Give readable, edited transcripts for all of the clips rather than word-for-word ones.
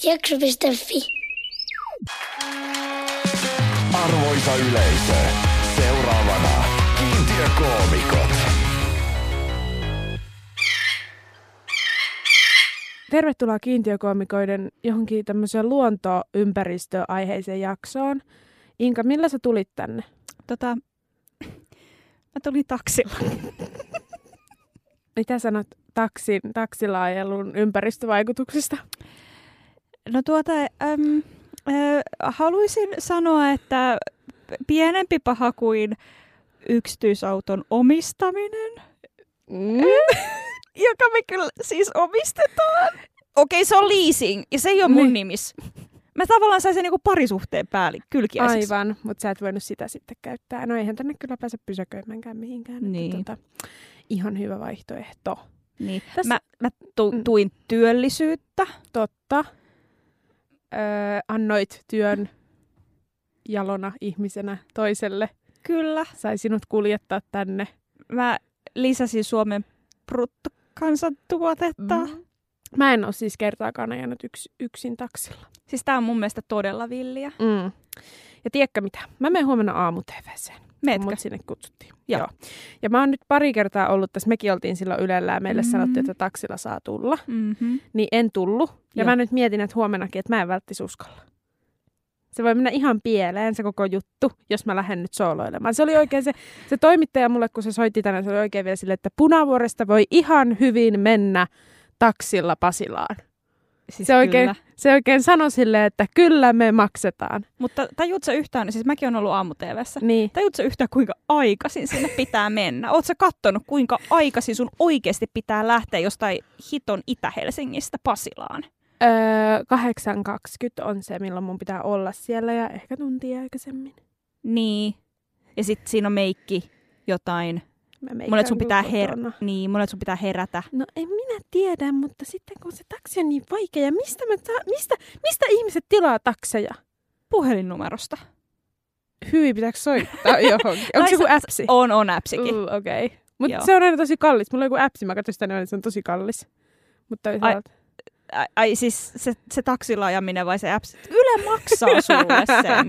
Jakso.fi. Arvoisa yleisö, seuraavana kiintiökoomikot. Tervetuloa kiintiökoomikoiden johonkin tämmöiseen luontoympäristöaiheiseen jaksoon. Inka, millä sä tulit tänne? Mä tulin taksilla. Mitä sanot taksilla ajelun ympäristövaikutuksista? No haluaisin sanoa, että pienempi paha kuin yksityisauton omistaminen, joka me kyllä siis omistetaan. Okei, se on leasing ja se ei ole mun nimissä. Mä tavallaan sain sen niinku parisuhteen kylkiäiseksi. Aivan, mutta sä et voinut sitä sitten käyttää. No eihän tänne kyllä pääse pysäköimäänkään mihinkään. Niin. Ihan hyvä vaihtoehto. Niin. Mä tuin työllisyyttä. Totta. Annoit työn jalona ihmisenä toiselle. Kyllä. Sai sinut kuljettaa tänne. Mä lisäsin Suomen bruttokansantuotetta. Mä en ole siis kertaakaan ajanut yksin taksilla. Siis tää on mun mielestä todella villiä. Ja tiedätkö mitä? Mä menen huomenna aamu-tv:seen. Meetkö? Mut sinne kutsuttiin. Joo. Ja mä oon nyt pari kertaa ollut tässä. Mekin oltiin silloin Ylellä ja meille sanottiin, että taksilla saa tulla. Niin en tullut. Ja mä nyt mietin, että huomenakin, että mä en välttis uskalla. Se voi mennä ihan pieleen se koko juttu, jos mä lähden nyt sooloilemaan. Se oli oikein se toimittaja mulle, kun se soitti tänään, se oli oikein vielä silleen, että Punavuoresta voi ihan hyvin mennä taksilla Pasilaan. Siis se oikein sanoi silleen, että kyllä me maksetaan. Mutta tajuutko yhtään, siis mäkin olen ollut aamu-tv:ssä, niin. Tajuutko yhtään, kuinka aikaisin sinne pitää mennä? Ootko sä kattonut, kuinka aikaisin sun oikeasti pitää lähteä jostain hiton Itä-Helsingistä Pasilaan? 8:20 on se, milloin mun pitää olla siellä ja ehkä tuntia aikaisemmin. Niin. Ja sitten siinä on meikki jotain. Monet sun pitää herätä. No en minä tiedä, mutta sitten kun se taksi on niin vaikea, mistä ihmiset tilaa takseja? Puhelinnumerosta. Hyvin, pitääkö soittaa johonkin? Onko se joku appsi? On appsikin. Okei. Okay. Mutta se on aina tosi kallis. Mulla on joku appsi, mä katsoin sitä, että se on tosi kallis. Mutta Ai siis se taksilla ajaminen vai se appsi? Yle maksaa sulle sen.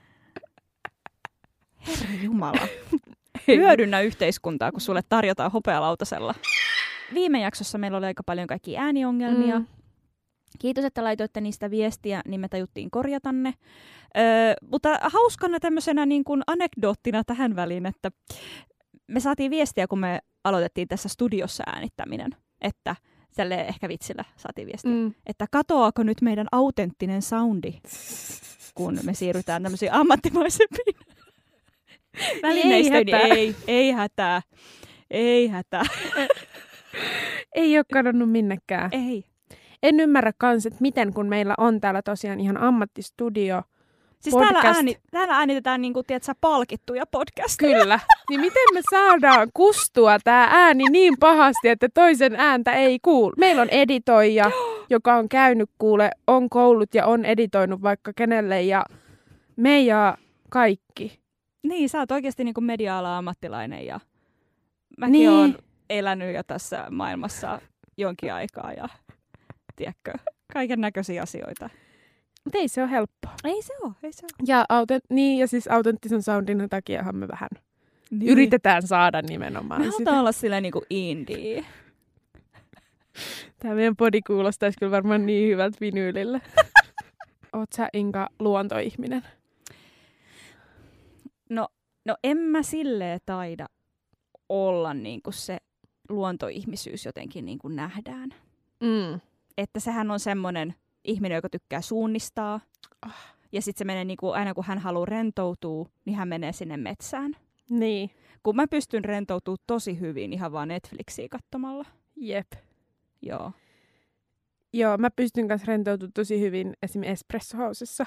Herra Jumala. Hyödynnä yhteiskuntaa, kun sulle tarjotaan hopealautasella. Viime jaksossa meillä oli aika paljon kaikkia ääniongelmia. Kiitos, että laitoitte niistä viestiä, niin me tajuttiin korjata ne. Mutta hauskana tämmöisenä niin kuin anekdoottina tähän väliin, että me saatiin viestiä, kun me aloitettiin tässä studiossa äänittäminen, että tälleen ehkä vitsillä saatiin viestiä, että katoaako nyt meidän autenttinen soundi, kun me siirrytään tämmöisiin ammattimaisempiin välineistöön. Ei hätää. Ei ole kadonnut minnekään. Ei. En ymmärrä kans, että miten kun meillä on täällä tosiaan ihan ammattistudio. Siis täällä äänitetään niinku, tiedätkö, palkittuja podcasteja. Kyllä. Niin miten me saadaan kustua tää ääni niin pahasti, että toisen ääntä ei kuulu? Meillä on editoija, joka on käynyt on koulut ja on editoinut vaikka kenelle ja me ja kaikki. Niin, sä oot oikeasti niinku media-alan ammattilainen ja mäkin oon elänyt jo tässä maailmassa jonkin aikaa ja tiedätkö, kaiken näköisiä asioita. Mutta ei se ole helppoa. Ei se ole. Ja siis autenttisen soundin takiahan me vähän yritetään saada nimenomaan me sitä. Me halutaan olla silleen niinku indie. Tämä meidän podi kuulostaisi kyllä varmaan niin hyvältä vinyylillä. Oot sä, Inka, luontoihminen? No en mä silleen taida olla niinku se luontoihmisyys jotenkin niinku nähdään. Että sehän on semmoinen ihminen, joka tykkää suunnistaa. Ja sitten se menee niinku, aina kun hän haluaa rentoutua, niin hän menee sinne metsään. Niin. Kun mä pystyn rentoutumaan tosi hyvin ihan vaan Netflixiä katsomalla. Jep. Joo, mä pystyn kanssa rentoutumaan tosi hyvin esimerkiksi Espresso Housessa.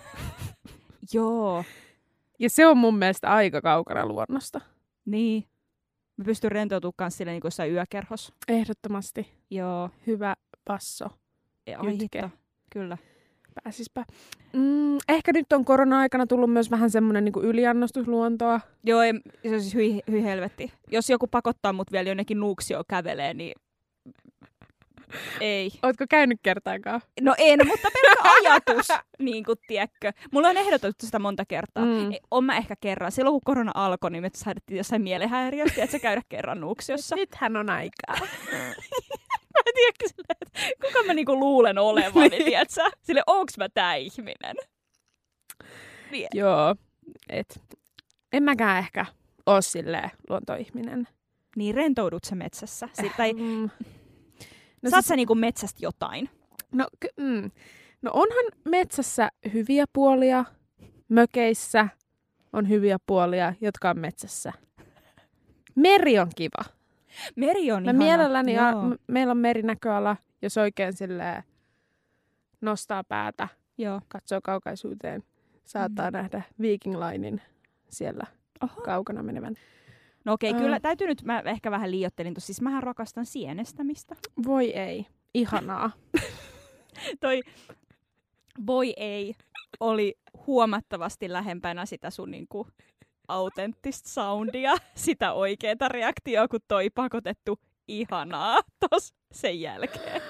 Joo. Ja se on mun mielestä aika kaukana luonnosta. Niin. Mä pystyn rentoutumaan kanssa silleen niin kuin jossain yökerhossa. Ehdottomasti. Joo. Hyvä basso. Hitto. Kyllä. Pääsispä. Ehkä nyt on korona-aikana tullut myös vähän semmoinen niin kuin yliannostus luontoa. Joo, se on siis hyi helvetti. Jos joku pakottaa mut vielä jonnekin Nuuksioon kävelee, niin Ei. Ootko käynyt kertaakaan? No en, mutta pelkkä ajatus, niin kuin tiedätkö. Mulla on ehdotettu sitä monta kertaa. On mä ehkä kerran. Silloin kun korona alkoi, niin me saadettiin jossain mielenhäiriöstä, että sä käydä kerran Nuuksiossa. Nythän on aikaa. Mä en tiedä, että kuka mä niinku luulen olevani, tiedätkö? Sille, onks mä tää ihminen? Niin. Joo, en mäkään ehkä oo silleen luontoihminen. Niin rentoudut sä metsässä? Tai saat sä niinku metsästä jotain? No onhan metsässä hyviä puolia, mökeissä on hyviä puolia, jotka on metsässä. Meri on kiva. Meri on ihana. Mielelläni, meillä on merinäköala, jos oikein silleen nostaa päätä, katsoo kaukaisuuteen, saattaa nähdä Viking Linein siellä kaukana menevän. No okei, kyllä täytyy nyt, mä ehkä vähän liioittelin tuossa, siis mähän rakastan sienestämistä. Voi ei, ihanaa. Toi voi ei oli huomattavasti lähempänä sitä sun niinku autenttista soundia, sitä oikeeta reaktioa, kun toi pakotettu ihanaa tos sen jälkeen.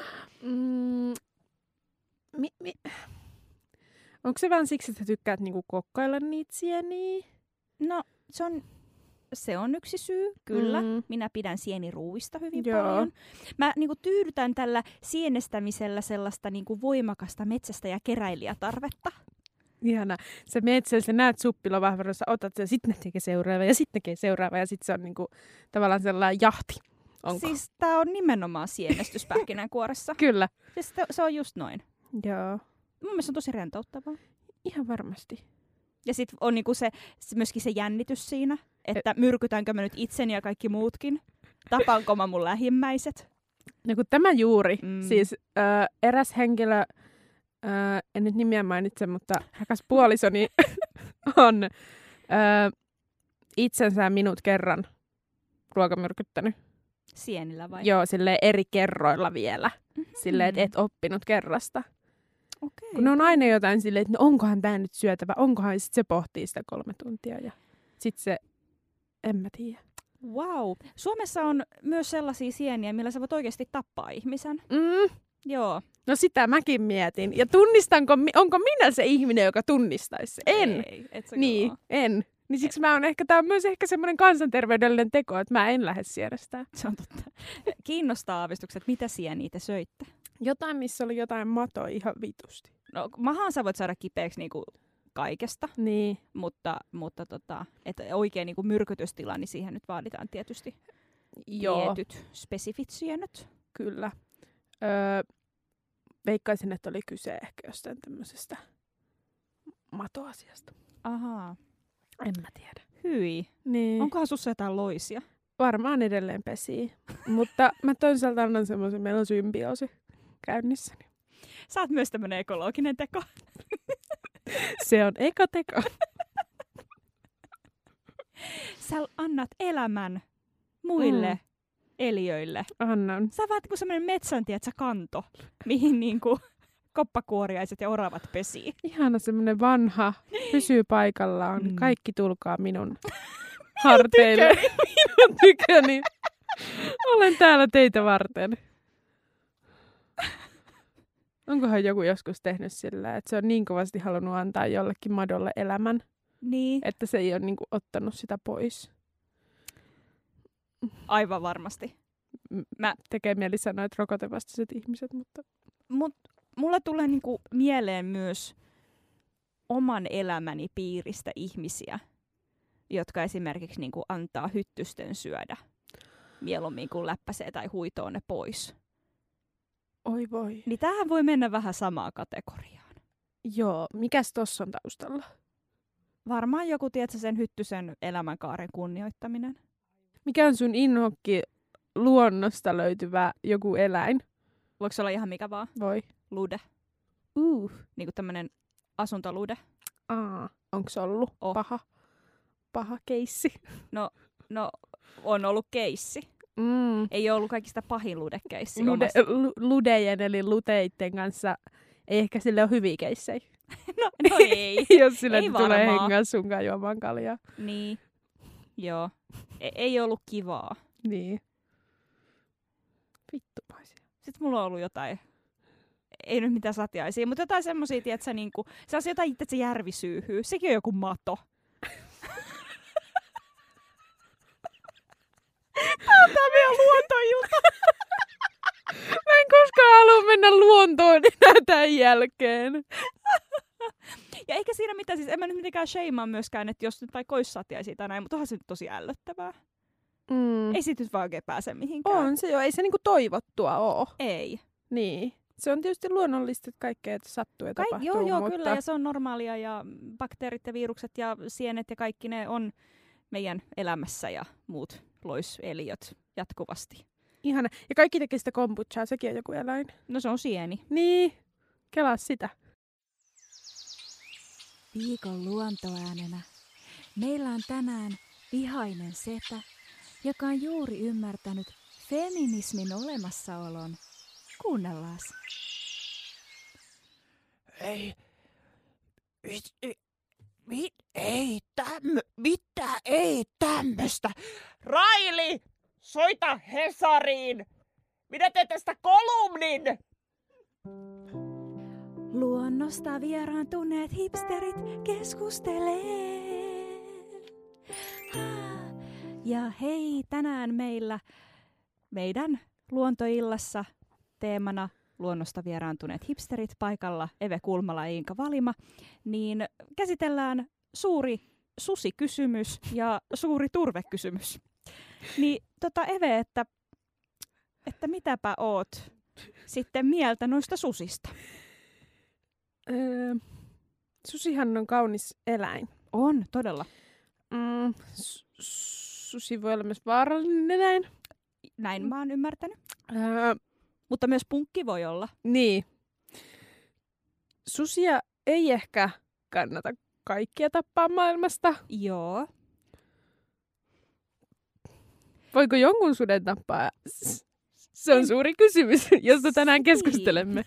Onko se vaan siksi, että tykkäät niinku kokkailla niitä sieniä? No, se on yksi syy, kyllä. Minä pidän sieniruuista hyvin paljon. Mä niinku tyydytän tällä sienestämisellä sellaista niinku voimakasta metsästä ja keräilijätarvetta. Ihana. Sä meet siellä, sä näet suppilomahveron, sä otat sen, sitten tekee seuraava ja sitten tekee seuraava ja sitten se on niinku tavallaan sellainen jahti. Onko? Siis tää on nimenomaan sienestys pähkinänkuoressa. Kyllä. Siis se on just noin. Joo. Mun mielestä se on tosi rentouttavaa. Ihan varmasti. Ja sitten on niinku myöskin se jännitys siinä, että myrkytänkö mä nyt itseni ja kaikki muutkin. Tapaanko mä mun lähimmäiset. No kun tämä juuri, siis eräs henkilö, en nyt nimiä mainitse, mutta rakas puolisoni on itsensä minut kerran ruokamyrkyttänyt. Sienillä vai? Joo, silleen eri kerroilla vielä. Silleen, että et oppinut kerrasta. Okay. Kun ne on aina jotain silleen, että no onkohan tää nyt syötävä, onkohan, ja sit se pohtii sitä 3 tuntia ja sit se, en mä tiedä. Wow. Suomessa on myös sellaisia sieniä, millä sä voit oikeasti tappaa ihmisen. Joo. No sitä mäkin mietin. Ja tunnistanko, onko minä se ihminen, joka tunnistaisi se? En. Ei, niin, en. Niin siksi tää on myös ehkä semmoinen kansanterveydellinen teko, että mä en lähde sienestään. Se on totta. Kiinnostaa aavistukset, mitä sieniä te söitte? Jotain, missä oli jotain matoa ihan vitusti. No mahaan sä voit saada kipeäksi niinku kaikesta, niin. mutta että oikein niinku myrkytystila, niin siihen nyt vaaditaan tietysti tietyt spesifit sienet. Kyllä. Veikkaisin, että oli kyse ehkä jostain tämmöisestä matoasiasta. Ahaa. En mä tiedä. Hyi. Niin. Onkohan sussa jotain loisia? Varmaan edelleen pesii. Mutta mä toisaalta annan semmoisen, meillä on symbioosi käynnissä. Sä oot myös tämmönen ekologinen teko. Se on ekoteko. Sä annat elämän muille eliöille. Annan. Sä vaat kuin semmoinen metsän, tiedätkö, kanto, mihin niinku koppakuoriaiset ja oravat pesii. Ihana semmoinen vanha, pysyy paikallaan. Kaikki tulkaa minun harteille. Minun tyköni. Olen täällä teitä varten. Onkohan joku joskus tehnyt sillä, että se on niin kovasti halunnut antaa jollekin madolle elämän, niin. että se ei ole niinku ottanut sitä pois. Aivan varmasti. Tekee mieli sanoa, että rokotevastaiset ihmiset, mutta... Mulla tulee niinku mieleen myös oman elämäni piiristä ihmisiä, jotka esimerkiksi niinku antaa hyttysten syödä mieluummin kuin läppäsee tai huitoo ne pois. Oi voi. Niin tämähän voi mennä vähän samaa kategoriaan. Joo, mikäs tossa on taustalla? Varmaan joku, tiedätkö, sen hyttysen elämänkaaren kunnioittaminen. Mikä on sun inhokki luonnosta löytyvä joku eläin? Voiko se olla ihan mikä vaan? Voi. Lude. Niinku tämmönen asuntolude. Onko se ollut paha keissi? No, on ollut keissi. Ei ole ollut kaikista pahin ludekeissi. Ludejen eli luteitten kanssa ei ehkä sille ole hyviä keissejä. No ei. Jos sille tulee hengaa sunkaan juomaan kaljaa. Niin. Joo. Ei ollut kivaa. Niin. Vittumaisia. Sitten mulla on ollut jotain, ei nyt mitään satiaisia, mutta jotain semmosia, tietsä, niinku, se on jotain, että se järvi syyhyy. Sekin on joku mato. Tää on tää meidän luontoilta. Mä en koskaan halua mennä luontoon enää tämän jälkeen. Ja eikä siinä mitään, siis en mä nyt mitenkään shameaa myöskään, että jos nyt vaikka olisi satiaisia tai näin, mutta onhan se nyt tosi ällöttävää. Ei sit nyt vaan oikein pääse mihinkään. On se jo, ei se niinku toivottua oo. Ei. Niin. Se on tietysti luonnollista, että kaikkea sattuu ja tapahtuu. Joo, mutta... kyllä, ja se on normaalia, ja bakteerit ja virukset ja sienet ja kaikki ne on meidän elämässä ja muut loiseliöt jatkuvasti. Ihana. Ja kaikki tekee sitä kombuchaa, sekin on joku eläin. No se on sieni. Niin, kelaa sitä. Viikon luontoäänenä. Meillä on tänään vihainen setä, joka on juuri ymmärtänyt feminismin olemassaolon. Kuunnellaas. Ei tämmöstä. Raili, soita Hesariin. Minä teen tästä kolumnin. Luonnosta vieraantuneet hipsterit keskustelee. Ja hei, tänään meidän luontoillassa teemana luonnosta vieraantuneet hipsterit paikalla Eve Kulmala ja Inka Valima, niin käsitellään suuri susikysymys ja suuri turvekysymys. Niin Eve, että mitäpä oot sitten mieltä noista susista? Susihan on kaunis eläin. On, todella. Susi voi olla myös vaarallinen eläin. Näin mä oon ymmärtänyt. Mutta myös punkki voi olla. Niin. Susia ei ehkä kannata kaikkia tappaa maailmasta. Joo. Voiko jonkun suden tappaa? Se on suuri kysymys, josta tänään keskustelemme.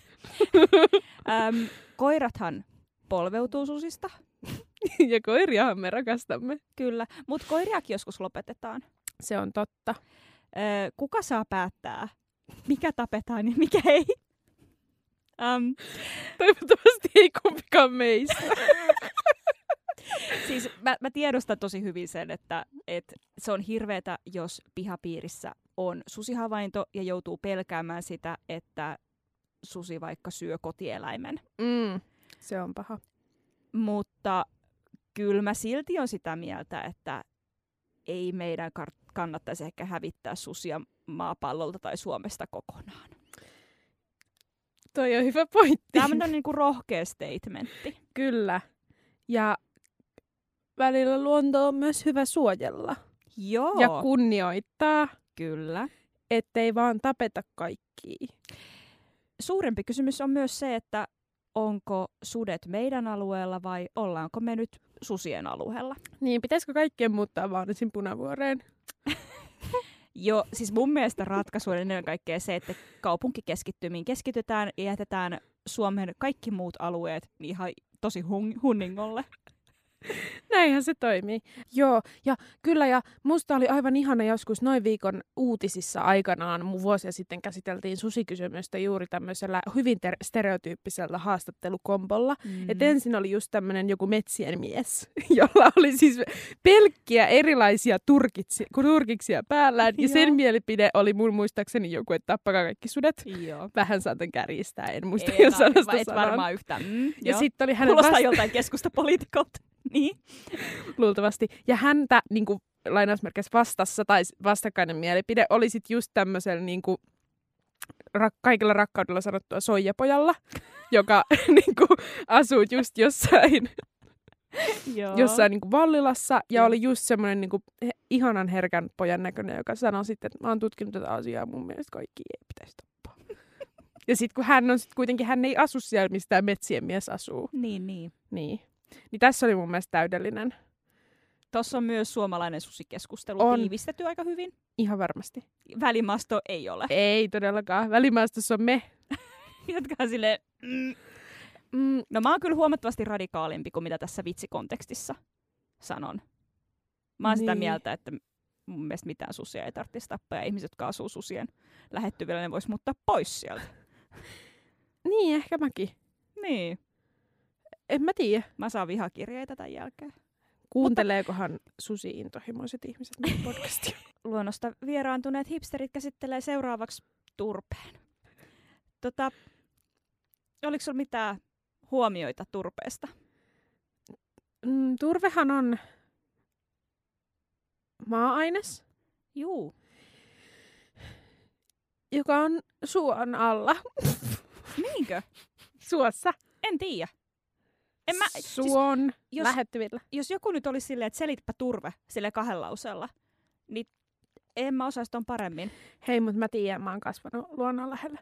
Koirathan polveutuu susista. Ja koiriahan me rakastamme. Kyllä, mutta koiriakin joskus lopetetaan. Se on totta. Kuka saa päättää, mikä tapetaan ja mikä ei? Toivottavasti ei kumpikaan meistä. Siis mä tiedostan tosi hyvin sen, että se on hirveetä, jos pihapiirissä on susihavainto ja joutuu pelkäämään sitä, että susi vaikka syö kotieläimen. Se on paha. Mutta kyllä mä silti on sitä mieltä, että ei meidän kannattaisi ehkä hävittää susia maapallolta tai Suomesta kokonaan. Toi on hyvä pointti. Tämä on niinku rohkea statementti. Kyllä. Ja välillä luonto on myös hyvä suojella. Joo. Ja kunnioittaa. Kyllä. Ettei vaan tapeta kaikkia. Suurempi kysymys on myös se, että onko sudet meidän alueella vai ollaanko me nyt susien alueella? Niin, pitäisikö kaikkien muuttaa vaan ensin Punavuoreen? Joo, siis mun mielestä ratkaisu on ennen kaikkea se, että kaupunkikeskittymiin keskitytään ja jätetään Suomen kaikki muut alueet ihan tosi hunningolle. Näinhän se toimii. Joo, ja kyllä, ja musta oli aivan ihana joskus noin viikon uutisissa aikanaan, vuosia sitten käsiteltiin susikysymystä juuri tämmöisellä hyvin stereotyyppisellä haastattelukombolla. Et ensin oli just tämmöinen joku metsien mies, jolla oli siis pelkkiä erilaisia turkiksia päällään, ja sen mielipide oli mun muistaakseni joku, että tappakaa kaikki sudet. Joo. Vähän saatan kärjistää, en muista jos sanasta et varmaan yhtään. Ja sitten oli hänen kuulostaa joltain keskustapoliitikolta. Niin. Luultavasti. Ja häntä niin kuin, lainausmerkeissä vastassa tai vastakkainen mielipide oli sitten just tämmöisellä niin kuin, kaikilla rakkaudella sanottua soijapojalla, joka niin kuin, asuu just jossain niin kuin Vallilassa ja oli just semmoinen niin kuin, ihanan herkän pojan näköinen, joka sanoi sitten, että mä oon tutkinut tätä asiaa, mun mielestä kaikki ei pitäisi tappaa. Ja sitten kun hän on sit kuitenkin, hän ei asu siellä, mistä metsien mies asuu. Niin. Niin tässä oli mun mielestä täydellinen. Tuossa on myös suomalainen susikeskustelu tiivistetty aika hyvin. Ihan varmasti. Välimaasto ei ole. Ei todellakaan. Välimaastossa on me. Jotka on silleen... No mä oon kyllä huomattavasti radikaalimpi kuin mitä tässä vitsikontekstissa sanon. Mä oon sitä mieltä, että mun mielestä mitään susia ei tarvitsisi tappaa. Ja ihmiset, jotka asuu susien lähettyvillä, ne vois muuttaa pois sieltä. Niin, ehkä mäkin. Niin. En mä tiedä. Mä saan vihakirjeitä tämän jälkeen. Kuunteleekohan susi-intohimoiset ihmiset meidän podcastia? Luonnosta vieraantuneet hipsterit käsittelee seuraavaksi turpeen. Oliko sulla mitään huomioita turpeesta? Turvehan on maa-aines, Juu. joka on suon alla. Niinkö? Suossa. En tiedä. Suon jos- lähettyvillä. Jos joku nyt olisi silleen, että selitpä turve sille 2 lauseella, niin en mä osaisi ton paremmin. Hei, mutta mä tiedän, mä oon kasvanut luonnon lähellä.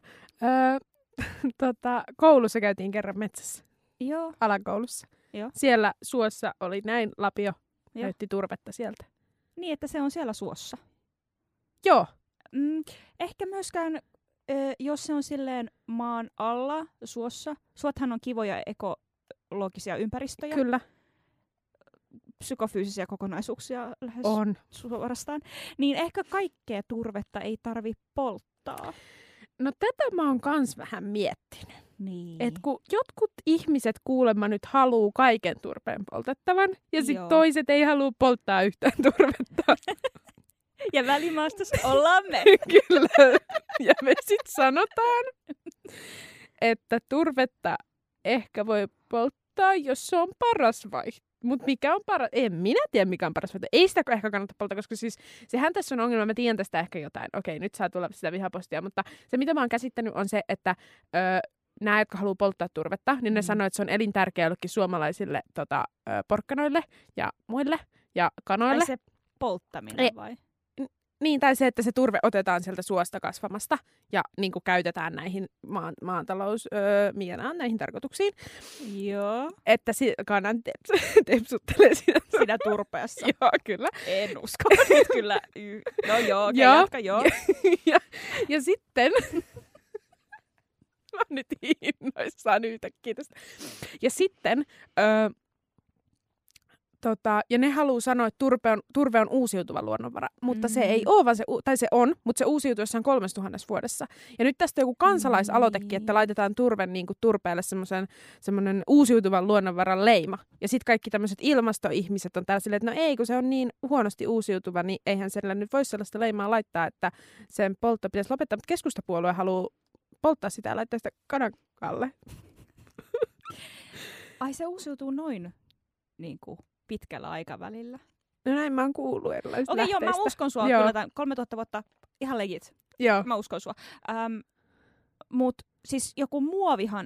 Koulussa käytiin kerran metsässä. Joo. Alakoulussa. Joo. Siellä suossa oli näin lapio, Joo. näytti turvetta sieltä. Niin, että se on siellä suossa. Joo, Ehkä myöskään, jos se on silleen maan alla suossa. Suothan on kivoja ekologisia ympäristöjä. kyllä Psykofyysisiä kokonaisuuksia lähes on. suorastaan. Niin ehkä kaikkea turvetta ei tarvi polttaa. No tätä mä oon kans vähän miettinyt. Niin. Et kun jotkut ihmiset kuulemma nyt haluu kaiken turpeen poltettavan, ja Joo. sitten toiset ei halua polttaa yhtään turvetta. Ja välimaastossa ollaan me. Kyllä. Ja me sitten sanotaan, että turvetta ehkä voi polttaa, jos se on paras vaihtoehto. Mutta mikä on paras? En minä tiedä, mikä on paras vaihtoehto. Ei sitä ehkä kannata polttaa, koska siis sehän tässä on ongelma. Mä tiedän tästä ehkä jotain. Okei, nyt saa tulla sitä vihapostia. Mutta se, mitä mä oon käsittänyt, on se, että nämä, jotka haluaa polttaa turvetta, niin ne sanoo, että se on elintärkeä jollekin suomalaisille porkkanoille ja muille ja kanoille. Tai se polttaminen vai? Niin, tai se, että se turve otetaan sieltä suosta kasvamasta ja niin kuin käytetään näihin näihin tarkoituksiin. Joo. Että kanan tepsuttelee Siinä turpeessa. Joo, kyllä. En usko. Nyt kyllä. No joo, okei, Joo. jatka, joo. ja sitten... Mä oon nyt innoissaan yhtäkkiä tästä. Ja sitten... ja ne haluaa sanoa, että turve on uusiutuva luonnonvara, mutta se ei ole, vaan se on, mutta se uusiutuu jossain 3000 vuodessa. Ja nyt tästä on joku kansalaisaloitekin, että laitetaan turven niin kuin turpeelle semmoinen uusiutuvan luonnonvaran leima. Ja sitten kaikki tämmöiset ilmastoihmiset on täällä silleen, että no ei, kun se on niin huonosti uusiutuva, niin eihän sillä nyt voi sellaista leimaa laittaa, että sen poltto pitäisi lopettaa. Mutta keskustapuolue haluaa polttaa sitä ja laittaa sitä kanan alle. Ai se uusiutuu noin niin kuin pitkällä aikavälillä. No näin mä oon kuullut erilaisista Okei, joo, mä uskon sua. Joo. Kyllä tämän 3000 vuotta ihan legit. Joo. Mä uskon sua. Mut siis joku muovihan,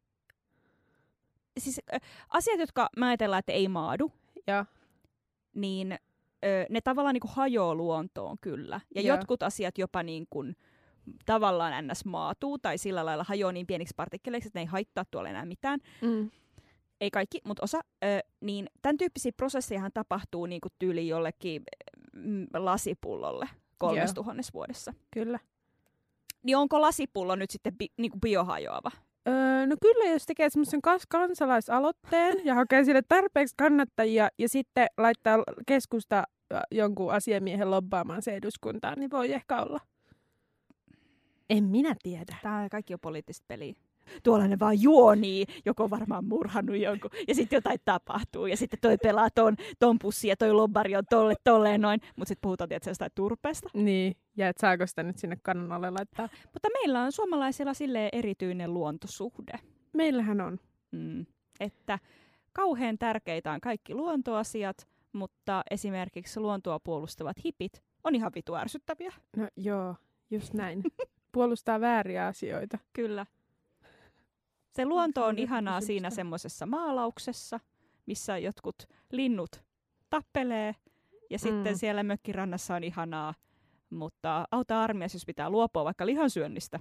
asiat, jotka mä ajatellaan, että ei maadu, Joo. niin ne tavallaan niin kuin hajoaa luontoon kyllä. Ja Joo. jotkut asiat jopa niin kuin tavallaan ns. Maatuu tai sillä lailla hajoaa niin pieniksi partikkeleiksi, että ne ei haittaa tuolla enää mitään. Ei kaikki, mutta osa. Niin tämän tyyppisiä prosessejahan tapahtuu niin kuin tyyliin jollekin lasipullolle 3000 vuodessa. Kyllä. Niin onko lasipullo nyt sitten niin kuin biohajoava? No kyllä, jos tekee semmoisen kansalaisaloitteen ja hakee sille tarpeeksi kannattajia ja sitten laittaa keskusta jonkun asiamiehen lobbaamaan se eduskuntaan, niin voi ehkä olla. En minä tiedä. Tämä kaikki on poliittista peliä. Tuolla ne vaan juonii, joku on varmaan murhannut jonkun, ja sitten jotain tapahtuu, ja sitten toi pelaa ton pussi, ja toi lobbari on tolleen noin, mutta sitten puhutaan tietysti jostain turpeesta. Niin, ja et saako sitä nyt sinne kannan alle laittaa? Mutta meillä on suomalaisilla silleen erityinen luontosuhde. Meillähän on. Että kauhean tärkeitä on kaikki luontoasiat, mutta esimerkiksi luontoa puolustavat hipit on ihan vitu ärsyttäviä. No joo, just näin. Puolustaa vääriä asioita. Kyllä. Se luonto on ihanaa siinä semmoisessa maalauksessa, missä jotkut linnut tappelee, ja sitten siellä mökkirannassa on ihanaa, mutta auta armias, jos pitää luopua vaikka lihansyönnistä.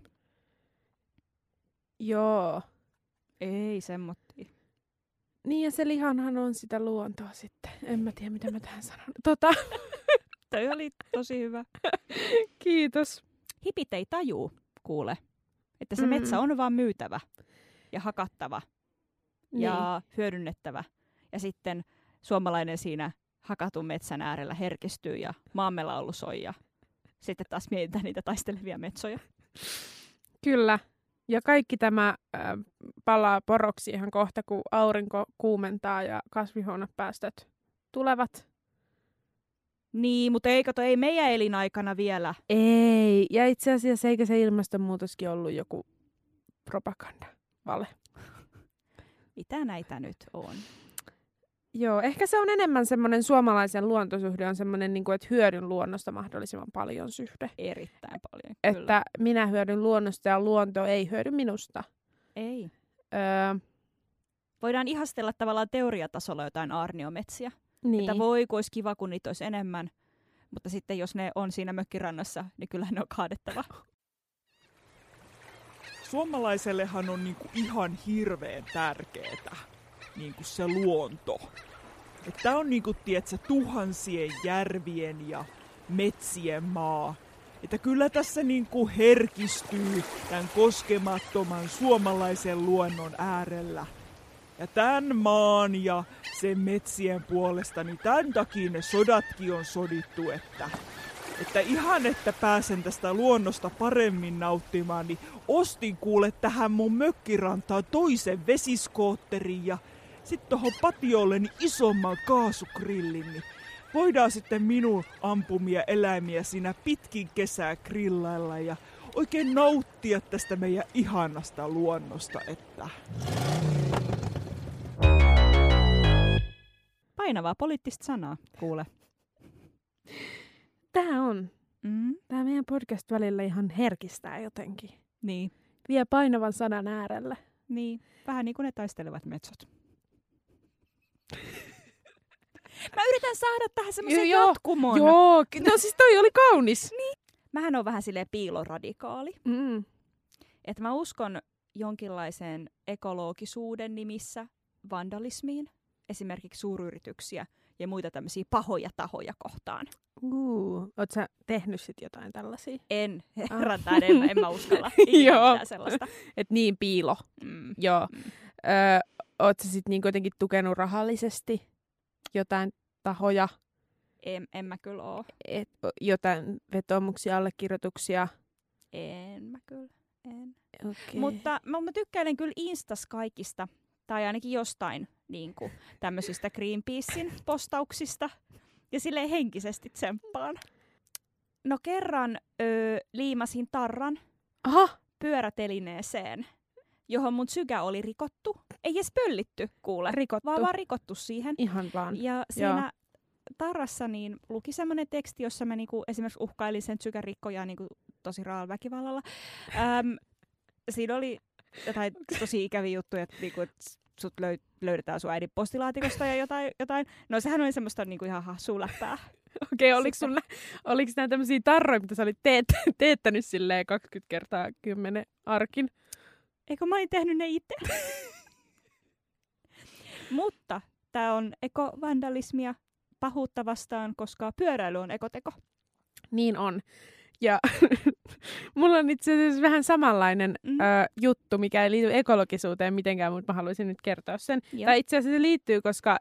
Joo. Ei semmoittia. Niin, ja se lihanhan on sitä luontoa sitten. En mä tiedä, mitä mä tähän sanon. Toi oli tosi hyvä. Kiitos. Hipit ei tajuu, kuule, että se metsä on vaan myytävä ja hakattava ja hyödynnettävä. Ja sitten suomalainen siinä hakatun metsän äärellä herkistyy ja maamme laulu soi ja sitten taas mietitään niitä taistelevia metsoja. Kyllä. Ja kaikki tämä palaa poroksi ihan kohta, kun aurinko kuumentaa ja kasvihuonepäästöt tulevat. Niin, mutta ei meidän elinaikana vielä. Ei. Ja itse asiassa eikä se ilmastonmuutoskin ollut joku propaganda, vale. Mitä näitä nyt on? Joo, ehkä se on enemmän semmoinen suomalaisen luontosuhde on semmoinen, niin kuin, että hyödyn luonnosta mahdollisimman paljon suhde. Erittäin paljon, kyllä. Että minä hyödyn luonnosta ja luonto ei hyödy minusta. Ei. Voidaan ihastella tavallaan teoriatasolla jotain aarniometsiä. Niin. Että voi, kun olisi kiva, kun niitä olisi enemmän. Mutta sitten jos ne on siinä mökkirannassa, niin kyllä ne on kaadettava. Suomalaisellehan on niinku ihan hirveän tärkeetä niinku se luonto. Tämä on niinku, tiedätkö, tuhansien järvien ja metsien maa. Että kyllä tässä niinku herkistyy tämän koskemattoman suomalaisen luonnon äärellä. Ja tämän maan ja sen metsien puolesta, niin tämän takia ne sodatkin on sodittu, että ihan että pääsen tästä luonnosta paremmin nauttimaan, niin ostin kuule tähän mun mökkirantaan toisen vesiskootterin ja sitten tohon patiolle niin isomman kaasugrillin, niin voidaan sitten minun ampumia eläimiä siinä pitkin kesää grillailla ja oikein nauttia tästä meidän ihanasta luonnosta, että... Painavaa poliittista sanaa, kuule. Tää on. Tää meidän podcast välillä ihan herkistää jotenkin. Niin. Vie painavan sanan äärelle. Niin. Vähän niin kuin ne taistelevat metsot. Mä yritän saada tähän semmoisen jatkumon. Joo, no siis toi oli kaunis. Niin. Mähän on vähän silleen piiloradikaali. Että mä uskon jonkinlaiseen ekologisuuden nimissä vandalismiin. Esimerkiksi suuryrityksiä ja muita tämmöisiä pahoja tahoja kohtaan. Oot sä tehnyt sit jotain tällaisia? En, herrantaan, en mä uskalla mitään sellaista. Et niin piilo. Joo. Oot sä sit niin kuitenkin tukenut rahallisesti jotain tahoja? En mä kyllä oo. Jotain vetoomuksia, allekirjoituksia? En mä kyllä, en. Okay. Mutta mä tykkäilen kyllä Instas kaikista, tai ainakin jostain niin kuin tämmöisistä Greenpeacein postauksista. Ja silleen henkisesti tsemppaan. No kerran liimasin tarran pyörätelineeseen, johon mun sykä oli rikottu. Ei edes pöllitty, kuule. Rikottu. Vaan rikottu siihen. Ihan vaan. Ja siinä tarrassa niin luki semmoinen teksti, jossa mä niinku esimerkiksi uhkailin sen sykän rikkojaa niinku tosi raalla väkivallalla. Siinä oli jotain tosi ikäviä juttuja, että niinku, sut löydetään sun äidin postilaatikosta ja jotain. No sehän oli semmoista niinku ihan hassua läppää. Okei, oliko nämä tämmöisiä tarroja, mitä sä olit teettänyt silleen 20x10 arkin? Eikö mä olin tehnyt ne itse? Mutta tää on ekovandalismia pahuutta vastaan, koska pyöräily on ekoteko. Niin on. Ja mulla on itse asiassa vähän samanlainen juttu, mikä ei liity ekologisuuteen mitenkään, mutta mä haluaisin nyt kertoa sen. Tai itse asiassa se liittyy, koska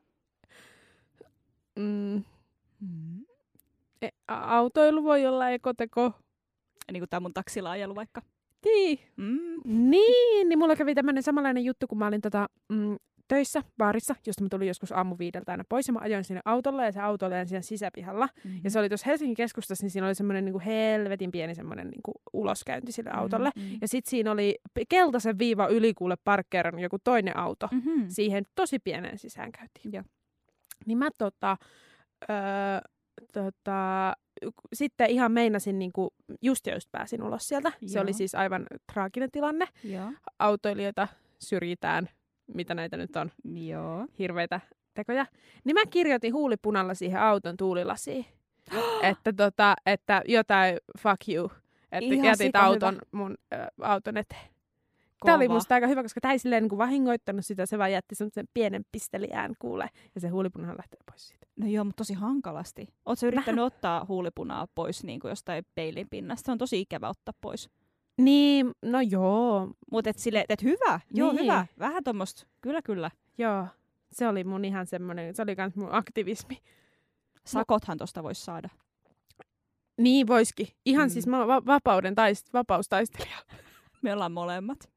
autoilu voi olla ekoteko. Niin kuin tää mun taksilla ajelu vaikka. Niin. Niin mulla kävi tämmöinen samanlainen juttu, kun mä olin töissä baarissa, josta mä tulin joskus aamu 5 aina pois ja mä ajoin sinne autolla ja se auto oli siinä sisäpihalla. Ja se oli tuossa Helsingin keskustassa, niin siinä oli semmoinen niinku helvetin pieni semmoinen niinku uloskäynti sille autolle. Ja sit siinä oli keltaisen viiva ylikuule parkkeerannut joku toinen auto siihen tosi pieneen sisäänkäyntiin. Joo. Niin mä sitten ihan meinasin, niinku, just pääsin ulos sieltä. Joo. Se oli siis aivan traaginen tilanne. Joo. Autoilijoita syrjitään, mitä näitä nyt on, Joo. hirveitä tekoja. Niin mä kirjoitin huulipunalla siihen auton tuulilasiin, että jotain fuck you, että ihan jätit auton mun auton eteen. Tämä oli musta aika hyvä, koska tämä ei silleen niin kuin vahingoittanut sitä, se vaan jätti semmoisen pienen pisteliään kuulee, ja se huulipunahan lähtee pois siitä. No joo, mutta tosi hankalasti. Ootko yrittänyt ottaa huulipunaa pois niin kuin jostain peilin pinnasta? Se on tosi ikävä ottaa pois. Niin, no joo. Mutta et hyvä, joo niin. hyvä. Vähän tommoista, kyllä. Joo, se oli mun ihan semmoinen, se oli kans mun aktivismi. Sakothan tosta voisi saada. Niin voisikin. Ihan siis mä oon vapaustaistelija. Me ollaan molemmat.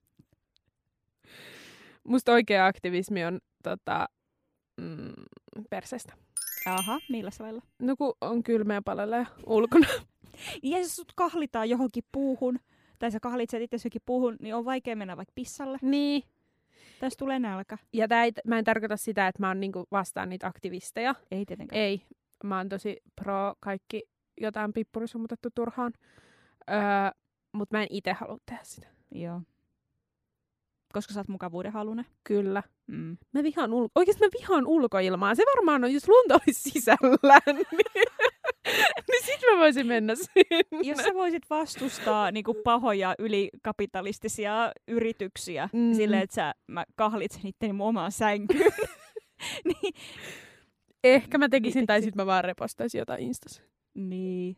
Musta oikea aktivismi on perseestä. Aha, millä lailla? No kun on kylmä ja palelee ulkona. Ja jos sut kahlitaan johonkin puuhun, tai sä kahlitset itse johonkin puuhun, niin on vaikea mennä vaikka pissalle. Niin. Tässä tulee nälkä. Ja mä en tarkoita sitä, että mä oon niinku vastaan niitä aktivisteja. Ei tietenkään. Ei. Mä oon tosi pro kaikki jotain pippurisumutettu turhaan. Mutta mä en itse halua tehdä sitä. Joo. Koska sä oot mukavuuden halunen. Kyllä. Mm. Oikeesti mä vihaan ulkoilmaa. Se varmaan on, jos lunta olisi sisällä, niin sit mä voisin mennä sinne. Jos sä voisit vastustaa niinku pahoja ylikapitalistisia yrityksiä silleen, että mä kahlitsen itteni mun omaan sänkyyn. niin. Ehkä mä tekisin, tai sit mä vaan repostaisin jotain Instassa. Niin.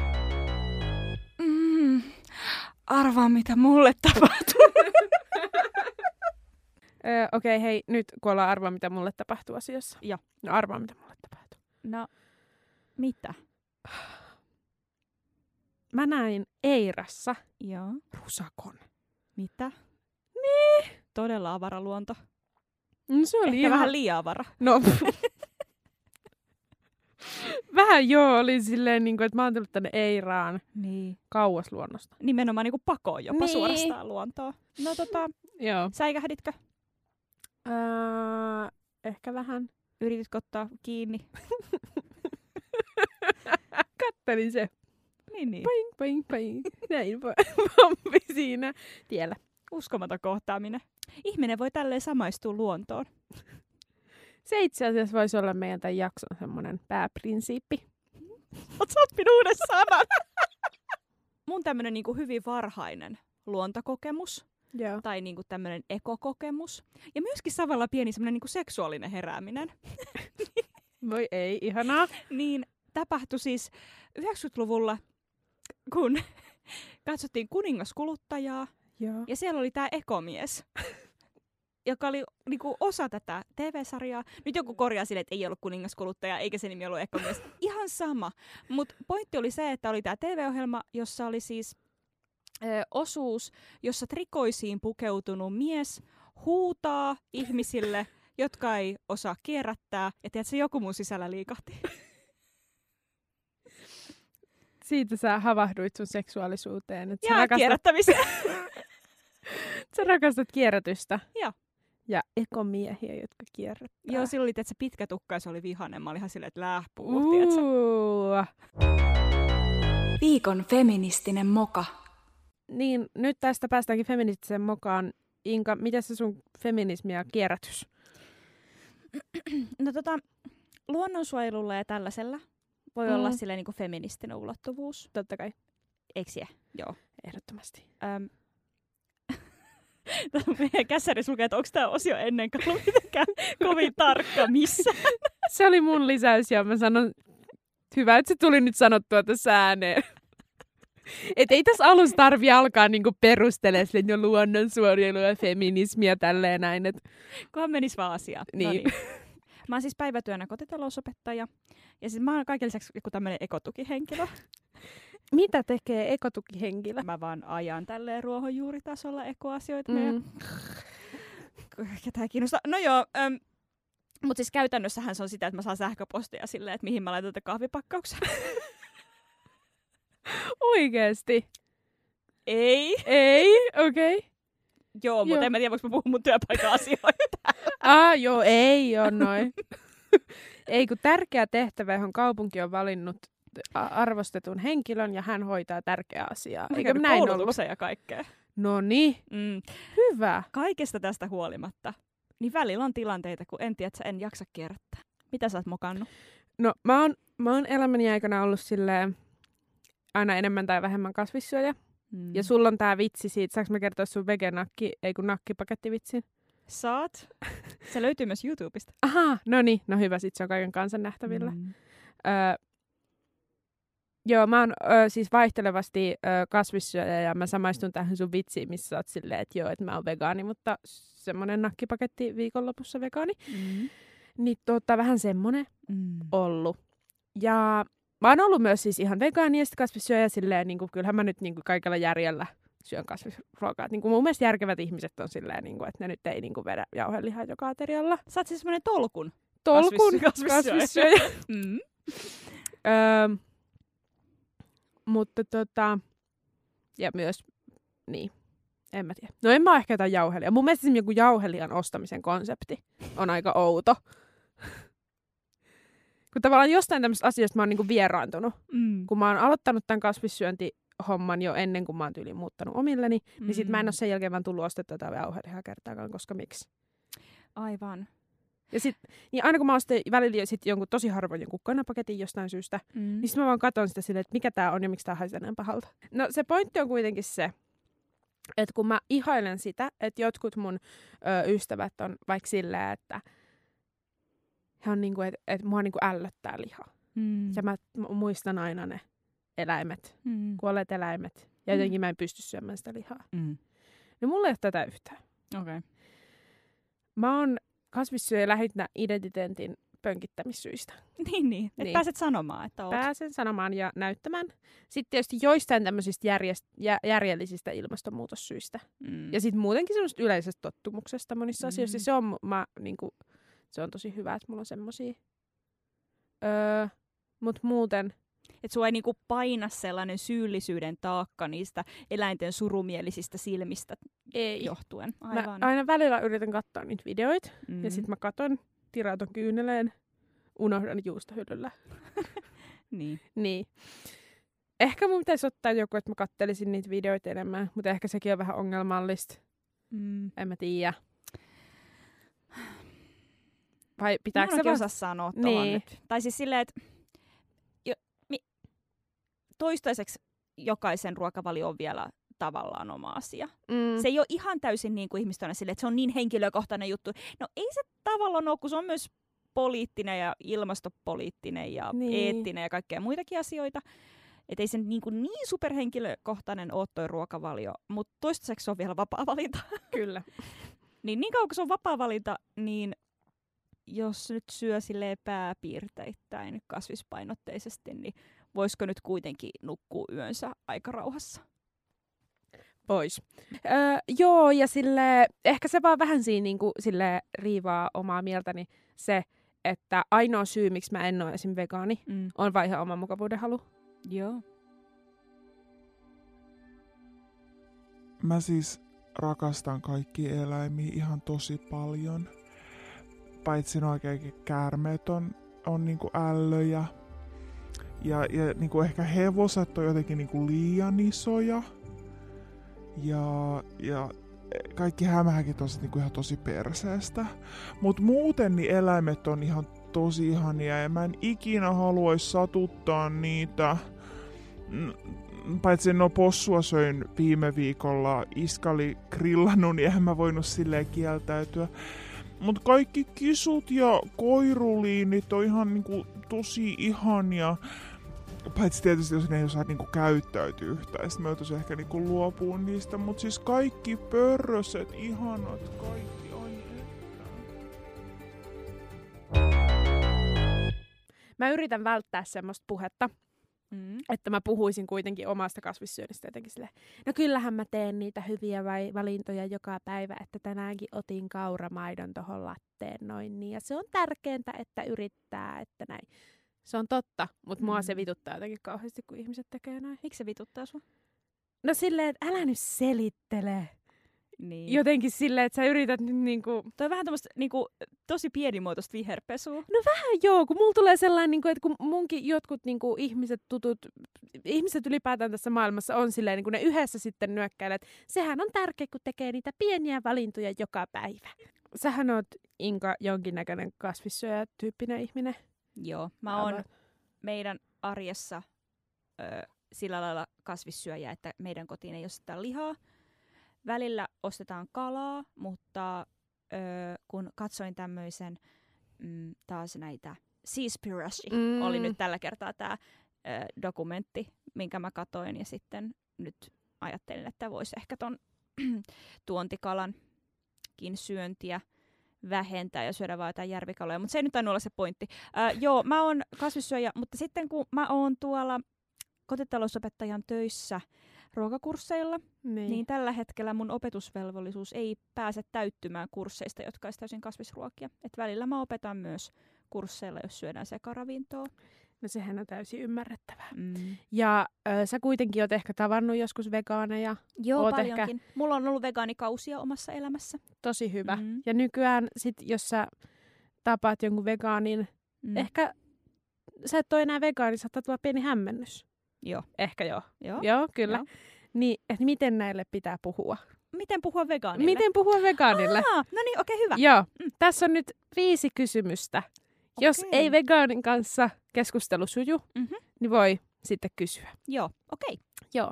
Arvaa, mitä mulle tapahtuu. Okei, hei, nyt kun ollaan arvaa, mitä mulle tapahtuu asiassa. Joo. No arvaa, mitä mulle tapahtuu. No, mitä? Mä näin Eirassa Joo. rusakon. Mitä? Niin. Todella avara luonto. No, se oli ehkä ihan... vähän liian avara. No, vähän joo, oli silleen, niin kuin, että mä oon tullut tänne Eiraan Niin. kauas luonnosta. Nimenomaan niin kuin pakoon jopa niin. suorastaan luontoa. No Joo. säikähditkö? Ehkä vähän. Yrititkö ottaa kiinni? Kattelin se. Niin. Paing, paing, paing. Näin pompi siinä tiellä. Uskomaton kohtaaminen. Ihminen voi tälleen samaistua luontoon. Se itse asiassa voisi olla meidän tämän jakson semmoinen pääprinsiippi. Oot sä oppinut uuden sanan? Mun tämmönen niinku hyvin varhainen luontokokemus. Joo. Tai niinku tämmönen ekokokemus. Ja myöskin samalla pieni semmonen niinku seksuaalinen herääminen. Voi ei, ihanaa. Niin tapahtui siis 90-luvulla, kun katsottiin Kuningaskuluttajaa. Joo. Ja siellä oli tää ekomies, joka oli niinku osa tätä TV-sarjaa. Nyt joku korjaa sille, että ei ollut Kuningaskuluttaja, eikä se nimi ollut ekomies. Ihan sama. Mutta pointti oli se, että oli tää TV-ohjelma, jossa oli siis osuus, jossa trikoisiin pukeutunut mies huutaa ihmisille, jotka ei osaa kierrättää. Ja tiedätkö, joku mun sisällä liikahti. Siitä sä havahduit sun seksuaalisuuteen. Että Ja kierrättämiseen. Sä rakastat kierrätystä. Joo. Ja ekomiehiä, jotka kierrättää. Joo, silloin oli, että se pitkä tukka ja se oli vihainen. Mä olin ihan silleen, että lähpuu, tiedätkö? Viikon feministinen moka. Niin, nyt tästä päästäänkin feministisen mokaan. Inka, miten se sun feminismi ja kierrätys? No luonnonsuojelulla ja tällaisella voi olla silleen niin kuin feministinen ulottuvuus. Totta kai. Eikö se? Joo. Ehdottomasti. Meidän kässärissä lukee, että onko tämä osio ennenkaan ollut mitenkään kovin tarkka missä. Se oli mun lisäys ja mä sanon, hyvä, että se tuli nyt sanottua tässä ääneen. Että ei tässä alussa tarvi alkaa niinku perustelemaan sille, jo luonnonsuojelua ja feminismiä tälleen näin. Kunhan menisi vaan asiaan. Niin. No niin. Mä oon siis päivätyönä kotitalousopettaja ja siis mä oon kaiken lisäksi joku tämmönen ekotukihenkilö. Mitä tekee ekotukihenkilö? Mä vaan ajan tälleen ruohonjuuritasolla ekoasioita. Ketä ei kiinnostaa. No joo, mutta siis käytännössähän se on sitä, että mä saan sähköpostia silleen, että mihin mä laitan tätä kahvipakkauksia. Oikeesti? Ei. Ei? Okei. Okay. Joo, mutta en mä tiedä, voinko mä puhua mun työpaikan asioita. Joo, ei ole noin. Ei, kun tärkeä tehtävä, johon kaupunki on valinnut arvostetun henkilön ja hän hoitaa tärkeää asiaa. Eikö näin ollut? Ja kaikkea. No niin, hyvä. Kaikesta tästä huolimatta, niin välillä on tilanteita, kun en tiedä, että en jaksa kierrättää. Mitä sä oot mokannut? No mä oon elämäni aikana ollut silleen aina enemmän tai vähemmän kasvissyöjä. Ja sulla on tää vitsi siitä, saanko mä kertoa sun nakkipakettivitsin? Saat. Se löytyy myös YouTubesta. Aha, no niin, no hyvä, sit se on kaiken kansan nähtävillä. Joo, mä oon siis vaihtelevasti kasvissyöjä ja mä samaistun tähän sun vitsiin, missä sä oot silleen, että joo, että mä oon vegaani, mutta semmonen nakkipaketti viikonlopussa vegaani. Niin vähän semmonen ollut. Ja mä oon ollut myös siis ihan vegaani ja kasvissyöjä silleen, niin kuin, kyllähän mä nyt niin kuin kaikella järjellä syön kasvisruokaa. Niin kuin mun mielestä järkevät ihmiset on silleen, niin kuin, että ne nyt ei niin kuin vedä jauhelihaa joka aterialla. Sä oot siis semmoinen tolkun kasvissyöjä. Mutta ja myös, niin, en mä tiedä. No en mä ehkä jotain jauhelia. Mun mielestä joku jauhelihan ostamisen konsepti on aika outo. Kun tavallaan jostain tämmöisestä asiasta mä oon niinku vieraantunut. Kun mä oon aloittanut tämän kasvissyöntihomman jo ennen kuin mä oon tyyliin muuttanut omilleni, niin sit mä en oo sen jälkeen vaan tullut ostettua jotain jauhelihaa kertaakaan, koska miksi? Aivan. Ja sit, niin aina kun mä ostin välillä sit jonkun tosi harvoin jonkun kanapaketin jostain syystä, niin sit mä vaan katon sitä silleen, että mikä tää on ja miksi tää haisee näin pahalta. No se pointti on kuitenkin se, että kun mä ihailen sitä, että jotkut mun ystävät on vaikka silleen, että he on niinku, että mua niinku ällöttää liha. Ja mä muistan aina ne eläimet, kuolleet eläimet. Ja jotenkin mä en pysty syömään sitä lihaa. No mulla ei ole tätä yhtään. Okay. Mä oon kasvissyöjä lähinnä identiteetin pönkittämissyistä. Niin. Että pääset sanomaan, että oot. Pääsen sanomaan ja näyttämään. Sitten tietysti joistain tämmöisistä järjellisistä ilmastonmuutossyistä. Ja sitten muutenkin semmoista yleisestä tottumuksesta monissa asioissa. Se on tosi hyvä, että mulla on semmosia. Mut muuten... Että sua ei niinku paina sellainen syyllisyyden taakka niistä eläinten surumielisistä silmistä johtuen. Aivan. Mä aina välillä yritän katsoa niitä videoita. Ja sit mä katon, tirauton kyyneleen, unohdan juustohyllyllä. niin. Ehkä mun pitäisi ottaa joku, että mä kattelisin niitä videoita enemmän. Mutta ehkä sekin on vähän ongelmallista. En mä tiedä. Vai pitääkö se osaa sanoa tuohon nyt? Tai siis silleen, että toistaiseksi jokaisen ruokavalio on vielä tavallaan oma asia. Se ei ole ihan täysin niin kuin ihmiset on silleen, että se on niin henkilökohtainen juttu. No ei se tavallaan ole, kun se on myös poliittinen ja ilmastopoliittinen ja eettinen ja kaikkea muitakin asioita. Että ei se niin superhenkilökohtainen ole toi ruokavalio, mutta toistaiseksi se on vielä vapaa valinta. Kyllä. niin kauan kun se on vapaa valinta, niin jos nyt syö silleen pääpiirteittäin kasvispainotteisesti, niin voisiko nyt kuitenkin nukkua yönsä aika rauhassa? Pois. Joo, ja ehkä se vaan vähän siinä niinku, riivaa omaa mieltäni se, että ainoa syy, miksi mä en ole esim. Vegaani, on vaan ihan oman mukavuuden halu. Joo. Mä siis rakastan kaikkia eläimiä ihan tosi paljon. Paitsi no oikein käärmeet on niinku ällöjä. Ja niinku ehkä hevoset on jotenkin niinku liian isoja. Ja kaikki hämähäkit on niinku ihan tosi perseestä. Mut muuten niin eläimet on ihan tosi ihania ja mä en ikinä haluaisi satuttaa niitä. Paitsi possua söin viime viikolla, Iska oli grillannut, niin eihän mä voinut silleen kieltäytyä. Mut kaikki kisut ja koiruliinit on ihan niinku tosi ihania. Paitsi tietysti, jos ne ei osaa niinku käyttäytyä yhtään, sit mä joutuisin ehkä niinku luopuun niistä. Mut siis kaikki pörröset, ihanat, kaikki, ai Mä yritän välttää semmoista puhetta, että mä puhuisin kuitenkin omasta kasvissyönnistä jotenkin silleen, no kyllähän mä teen niitä hyviä valintoja joka päivä, että tänäänkin otin kauramaidon tohon latteen noin niin. Ja se on tärkeintä, että yrittää, että näin. Se on totta, mutta mua se vituttaa jotenkin kauheasti, kun ihmiset tekee näin. Miksi se vituttaa sua? No silleen, että älä nyt selittele. Niin. Jotenkin silleen, että sä yrität nyt niinku... Toi on vähän tämmöistä niinku, tosi pienimuotoista viherpesua. No vähän joo, kun mulla tulee sellainen, niinku, että kun munkin jotkut niinku, ihmiset ylipäätään tässä maailmassa on silleen, niin ne yhdessä sitten nyökkäilee, että sehän on tärkeä, kun tekee niitä pieniä valintoja joka päivä. Sähän oot, Inka, jonkinnäköinen kasvissyöjä-tyyppinen ihminen. Joo, mä oon meidän arjessa sillä lailla kasvissyöjä, että meidän kotiin ei osteta lihaa. Välillä ostetaan kalaa, mutta kun katsoin tämmöisen taas näitä Seaspiracy, oli nyt tällä kertaa tämä dokumentti, minkä mä katoin, ja sitten nyt ajattelin, että voisi ehkä ton tuontikalankin syöntiä vähentää ja syödä vaan jotain järvikaloja. Mutta se ei nyt tainnut olla se pointti. Joo, mä oon kasvissyöjä, mutta sitten kun mä oon tuolla kotitalousopettajan töissä ruokakursseilla, niin tällä hetkellä mun opetusvelvollisuus ei pääse täyttymään kursseista, jotka olisi täysin kasvisruokia. Et välillä mä opetan myös kursseilla, jos syödään sekaravintoa. No sehän on täysin ymmärrettävää. Ja sä kuitenkin oot ehkä tavannut joskus vegaaneja. Joo, oot paljonkin. Mulla on ollut vegaanikausia omassa elämässä. Tosi hyvä. Ja nykyään sit, jos sä tapaat jonkun vegaanin, ehkä sä et ole enää vegaani, saattaa tulla pieni hämmennys. Joo. Ehkä joo. Joo, kyllä. Joo. Niin, että miten näille pitää puhua? Miten puhua vegaanille? Miten puhua vegaanille? No niin, okei, hyvä. Joo. Tässä on nyt 5 kysymystä. Jos ei vegaanin kanssa keskustelu suju, niin voi sitten kysyä. Joo, okei. Joo.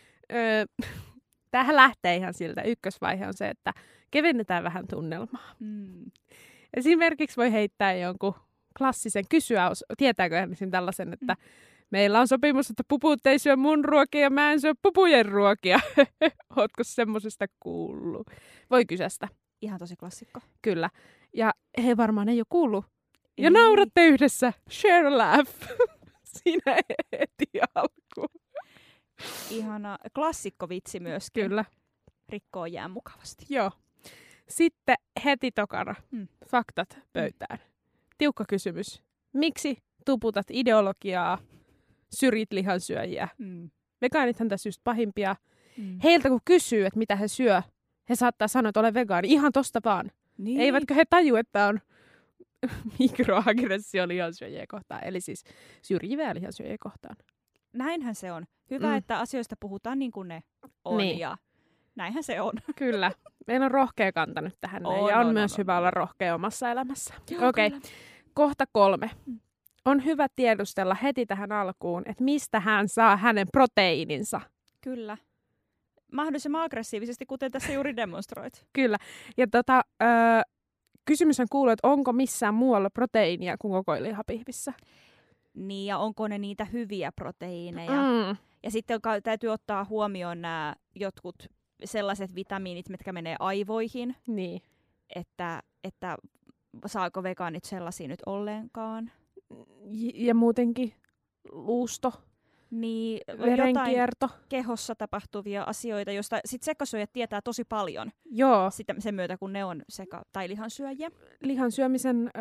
Tämähän lähtee ihan siltä. Ykkösvaihe on se, että kevennetään vähän tunnelmaa. Esimerkiksi voi heittää jonkun klassisen kysyä, tietääkö hän tällaisen, että meillä on sopimus, että puput ei syö mun ruokia ja mä en syö pupujen ruokia. Ootko semmosesta kuullut? Voi kysyä sitä. Ihan tosi klassikko. Kyllä. Ja he varmaan ei ole kuullut. Ja nauratte yhdessä. Share a laugh. Siinä heti alkuun. Ihana klassikkovitsi myöskin. Kyllä. Rikkoo jää mukavasti. Joo. Sitten heti tokana. Faktat pöytään. Tiukka kysymys. Miksi tuputat ideologiaa, syrjit lihansyöjiä? Vegaanithan tässä just pahimpia. Heiltä kun kysyy, että mitä he syö, he saattaa sanoa, että ole vegaani. Ihan tosta vaan. Niin. Eivätkö he taju, että on mikroaggressio lihansyöjiä kohtaan, eli siis syrjivää lihansyöjiä kohtaan. Näinhän se on. Hyvä, että asioista puhutaan niin kuin ne on, ja näinhän se on. Kyllä. Meillä on rohkea kanta nyt tähän, ja on myös hyvä olla rohkea omassa elämässä. Okei. Kohta 3. On hyvä tiedustella heti tähän alkuun, että mistä hän saa hänen proteiininsa. Kyllä. Mahdollisimman aggressiivisesti, kuten tässä juuri demonstroit. Kyllä. Ja kysymys on kuullut, että onko missään muualla proteiinia kuin kokoilihapihvissä? Niin, ja onko ne niitä hyviä proteiineja? Ja sitten täytyy ottaa huomioon nämä jotkut sellaiset vitamiinit, mitkä menee aivoihin. Niin. Että saako vegaanit sellaisia nyt ollenkaan? Ja muutenkin luusto. Niin, verenkierto. Jotain kehossa tapahtuvia asioita, joista sit sekasyöjät tietää tosi paljon. Joo. Sitten sen myötä, kun ne on tai lihansyöjiä. Lihansyömisen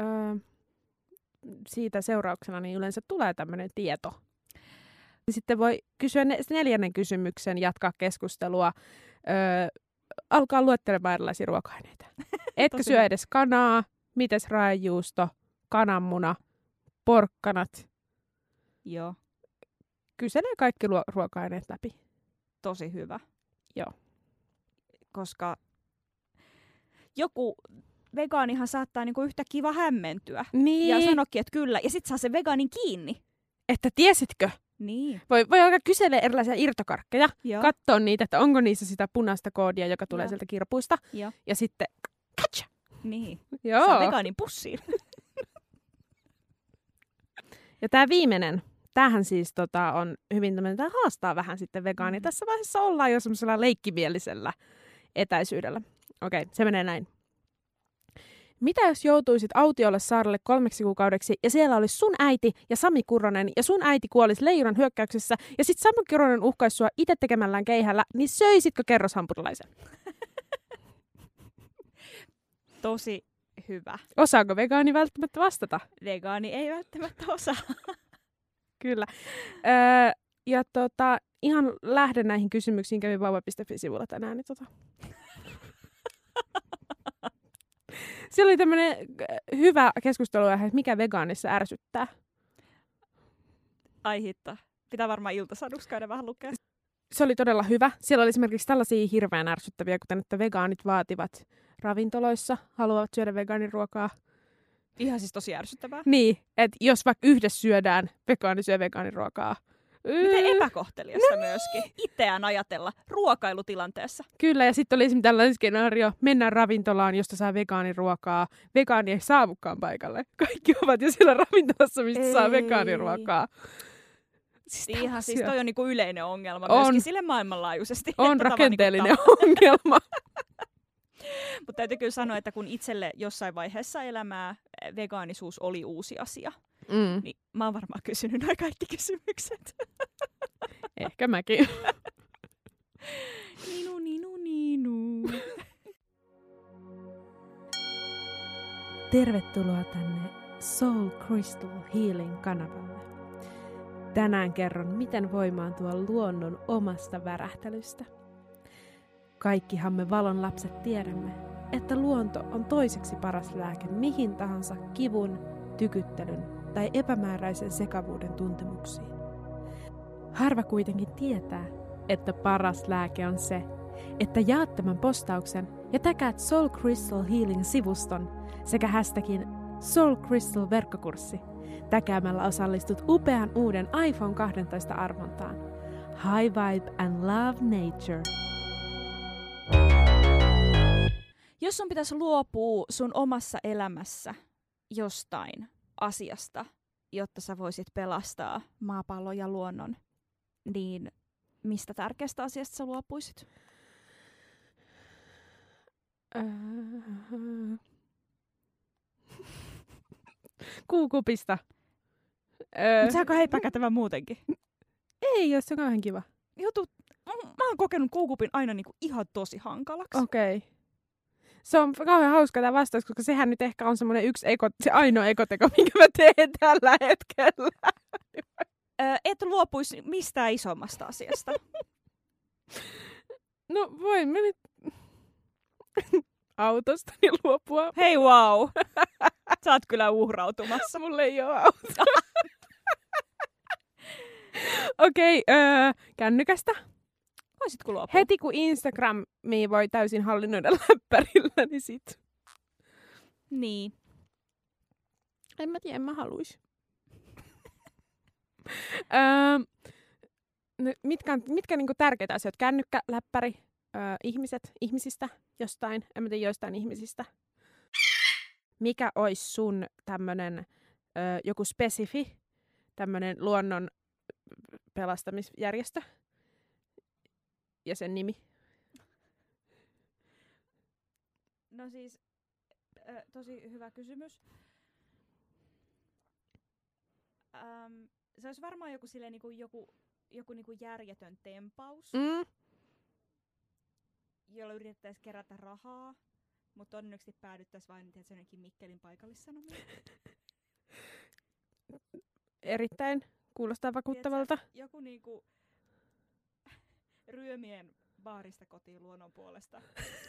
siitä seurauksena niin yleensä tulee tämmöinen tieto. Sitten voi kysyä 4. kysymyksen, jatkaa keskustelua. Alkaa luettelemaan erilaisia ruoka-aineita. Etkö syö edes kanaa? Mites raajuusto? Kananmuna? Porkkanat? Joo. Kyselee kaikki ruoka-aineet läpi. Tosi hyvä. Joo. Koska joku vegaanihan saattaa niinku yhtäkkiä vaan hämmentyä. Niin. Ja sanokin, että kyllä. Ja sit saa sen vegaanin kiinni. Että tiesitkö? Niin. Voi alkaa kyselee erilaisia irtokarkkeja. Joo. Katsoa niitä, että onko niissä sitä punaista koodia, joka tulee sieltä kirpuista. Joo. Ja sitten katsa! Niin. Joo. Saa vegaanin pussiin. Ja tämä viimeinen. Tämähän siis on hyvin tämmöinen, tämä haastaa vähän sitten vegaania. Tässä vaiheessa ollaan jo semmoisella leikkimielisellä etäisyydellä. Okei, se menee näin. Mitä jos joutuisit autiolle saarelle 3 kuukaudeksi ja siellä olisi sun äiti ja Sami Kurronen ja sun äiti kuolisi leijonan hyökkäyksessä ja sit Sami Kurronen uhkaisi sua itse tekemällään keihällä, niin söisitkö kerroshampurilaisen? Tosi hyvä. Osaako vegaani välttämättä vastata? Vegaani ei välttämättä osaa. Kyllä. Ja ihan lähden näihin kysymyksiin, kävin vauva.fi-sivulla tänään. Niin siellä oli tämmöinen hyvä keskustelu, että mikä vegaanissa ärsyttää. Ai hitta. Pitää varmaan Ilta-Saduksi käydä vähän lukea. Se oli todella hyvä. Siellä oli esimerkiksi tällaisia hirveän ärsyttäviä, kuten että vegaanit vaativat ravintoloissa, haluavat syödä vegaaniruokaa. Ihan siis tosi ärsyttävää. Niin, että jos vaikka yhdessä syödään, vegaani syö vegaaniruokaa. Miten epäkohteliasta myöskin itseään ajatella ruokailutilanteessa. Kyllä, ja sitten oli esimerkiksi tällainen skenaario, mennään ravintolaan, josta saa vegaaniruokaa. Vegaani ei saavukaan paikalle. Kaikki ovat jo siellä ravintolassa, mistä saa vegaaniruokaa. Siis ihan siis toi on niinku yleinen ongelma myöskin sille maailmanlaajuisesti. On rakenteellinen ongelma. Mutta täytyy kyllä sanoa, että kun itselle jossain vaiheessa elämää vegaanisuus oli uusi asia, niin mä oon varmaan kysynyt nämä kaikki kysymykset. Ehkä mäkin. Niinu. Tervetuloa tänne Soul Crystal Healing-kanavalle. Tänään kerron, miten voimaantua luonnon omasta värähtelystä. Kaikkihan me valon lapset tiedämme, että luonto on toiseksi paras lääke mihin tahansa kivun, tykyttelyn tai epämääräisen sekavuuden tuntemuksiin. Harva kuitenkin tietää, että paras lääke on se, että jaat tämän postauksen ja täkäät Soul Crystal Healing-sivuston sekä hashtagin Soul Crystal verkkokurssi. Täkäämällä osallistut upean uuden iPhone 12 arvontaan. High vibe and love nature. Jos sun pitäisi luopua sun omassa elämässä jostain asiasta, jotta sä voisit pelastaa maapallon ja luonnon, niin mistä tärkeästä asiasta sä luopuisit? Kuukupista. Mutta sehän on heipäkätävä muutenkin. Ei, jos se on kauhean kiva. Mä oon kokenut kuukupin aina niinku ihan tosi hankalaksi. Okei. Se on kauhean hauska tämä vastaus, koska sehän nyt ehkä on semmoinen se ainoa ekoteko, minkä mä teen tällä hetkellä. Et luopuisi mistään isommasta asiasta. No voin mä nyt autostani luopua. Hei wow! Sä oot kyllä uhrautumassa. Mulla ei oo auto. Okei, kännykästä. Voisitko luopua? Heti kun Instagramia voi täysin hallinnoida läppärillä, niin sit. Niin. En mä tiedä, en mä haluis. Mitkä niinku tärkeitä asioita? Kännykkä, läppäri, ihmisistä jostain, en mä tiedä, joistain ihmisistä. Mikä ois sun tämmönen joku spesifi, tämmönen luonnon pelastamisjärjestö ja sen nimi? No siis, tosi hyvä kysymys. Se olisi varmaan joku silleen joku niinku järjetön tempaus, jolla yritettäisiin kerätä rahaa, mutta todennäköisesti päädyttäisiin vain jonnekin Mikkelin paikallissanomiin. Erittäin. Kuulostaa vakuuttavalta. Tiedätkö, joku niinku Ryömien baarista kotiin luonnon puolesta.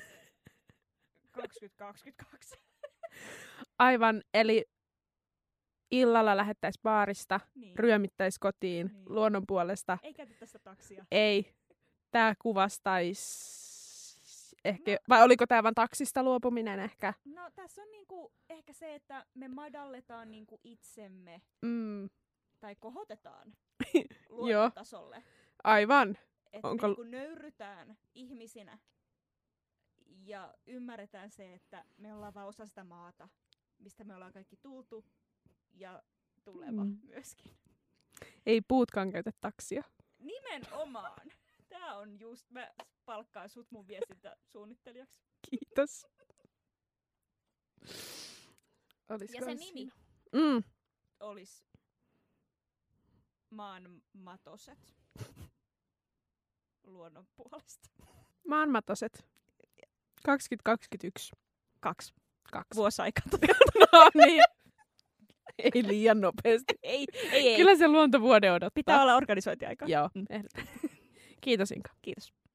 2022. Aivan, eli illalla lähettäisiin baarista, niin. ryömittäisiin kotiin Niin. luonnon puolesta. Ei käytettäisi taksia. Ei. Tää kuvastaisi ehkä, vai oliko tää vain taksista luopuminen ehkä? No tässä on niinku ehkä se, että me madalletaan niinku itsemme tai kohotetaan luonnon tasolle. Aivan. Että me niinku nöyrytään ihmisinä ja ymmärretään se, että me ollaan vaan osa sitä maata, mistä me ollaan kaikki tultu ja tuleva myöskin. Ei puutkaan käytä taksia. Nimenomaan. Tää on just, mä palkkaan sut mun viestintäsuunnittelijaksi. Kiitos. Olisiko ja se nimi olisi Maanmatoset luonnon puolesta. Maanmatoset. 2021. 2 2. vuosaikaa. No niin. Ei liian nopeasti. Ei. Kyllä se luontovuode odottaa. Pitää olla organisointiaikaa. Joo, ehdottomasti. Kiitos Inka. Kiitos.